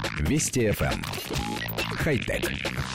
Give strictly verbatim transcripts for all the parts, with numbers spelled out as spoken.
Вести эф эм. Хай-тек.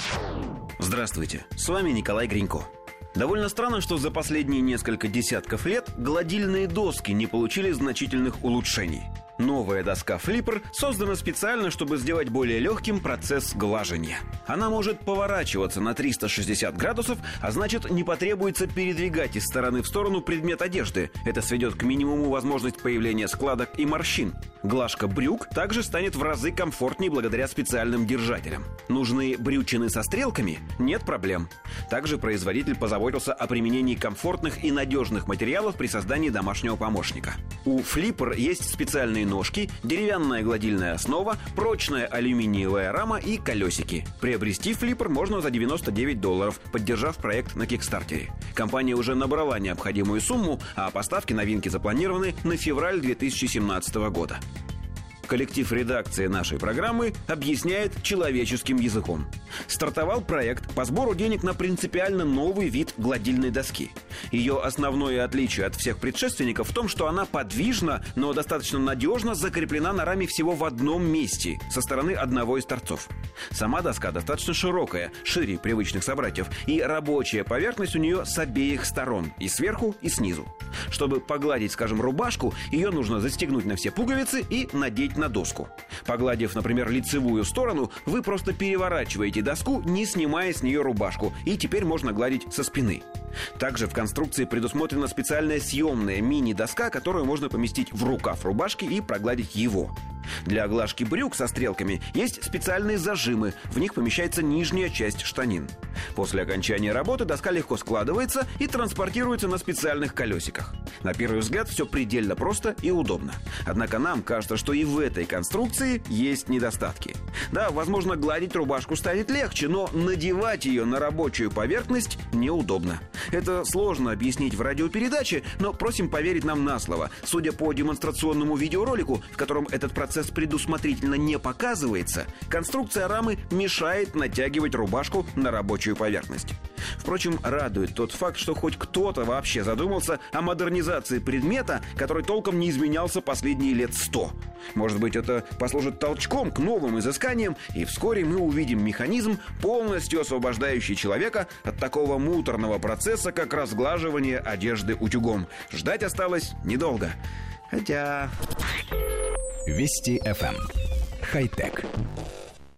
Здравствуйте, с вами Николай Гринько. Довольно странно, что за последние несколько десятков лет гладильные доски не получили значительных улучшений. Новая доска Flipper создана специально, чтобы сделать более легким процесс глажения. Она может поворачиваться на триста шестьдесят градусов, а значит, не потребуется передвигать из стороны в сторону предмет одежды. Это сведет к минимуму возможность появления складок и морщин. Глажка брюк также станет в разы комфортнее благодаря специальным держателям. Нужны брючины со стрелками? Нет проблем. Также производитель позаботился о применении комфортных и надежных материалов при создании домашнего помощника. У Flipper есть специальные ножки, деревянная гладильная основа, прочная алюминиевая рама и колесики. Приобрести Flipper можно за девяносто девять долларов, поддержав проект на Кикстартере. Компания уже набрала необходимую сумму, а поставки новинки запланированы на февраль две тысячи семнадцатого года. Коллектив редакции нашей программы объясняет человеческим языком. Стартовал проект по сбору денег на принципиально новый вид гладильной доски. Ее основное отличие от всех предшественников в том, что она подвижна, но достаточно надежно закреплена на раме всего в одном месте, со стороны одного из торцов. Сама доска достаточно широкая, шире привычных собратьев, и рабочая поверхность у нее с обеих сторон, и сверху, и снизу. Чтобы погладить, скажем, рубашку, ее нужно застегнуть на все пуговицы и надеть на доску. Погладив, например, лицевую сторону, вы просто переворачиваете доску, не снимая с нее рубашку, и теперь можно гладить со спины. Также в конструкции предусмотрена специальная съемная мини-доска, которую можно поместить в рукав рубашки и прогладить его. Для глажки брюк со стрелками есть специальные зажимы, в них помещается нижняя часть штанин. После окончания работы доска легко складывается и транспортируется на специальных колесиках. На первый взгляд все предельно просто и удобно. Однако нам кажется, что и в этой конструкции есть недостатки. Да, возможно, гладить рубашку станет легче, но надевать ее на рабочую поверхность неудобно. Это сложно объяснить в радиопередаче, но просим поверить нам на слово. Судя по демонстрационному видеоролику, в котором этот процесс предусмотрительно не показывается, конструкция рамы мешает натягивать рубашку на рабочую поверхность. Впрочем, радует тот факт, что хоть кто-то вообще задумался о модернизации предмета, который толком не изменялся последние лет сто. Может быть, это послужит толчком к новым изысканиям, и вскоре мы увидим механизм, полностью освобождающий человека от такого муторного процесса, как разглаживание одежды утюгом. Ждать осталось недолго. Хотя... Вести эф эм. Хай-тек.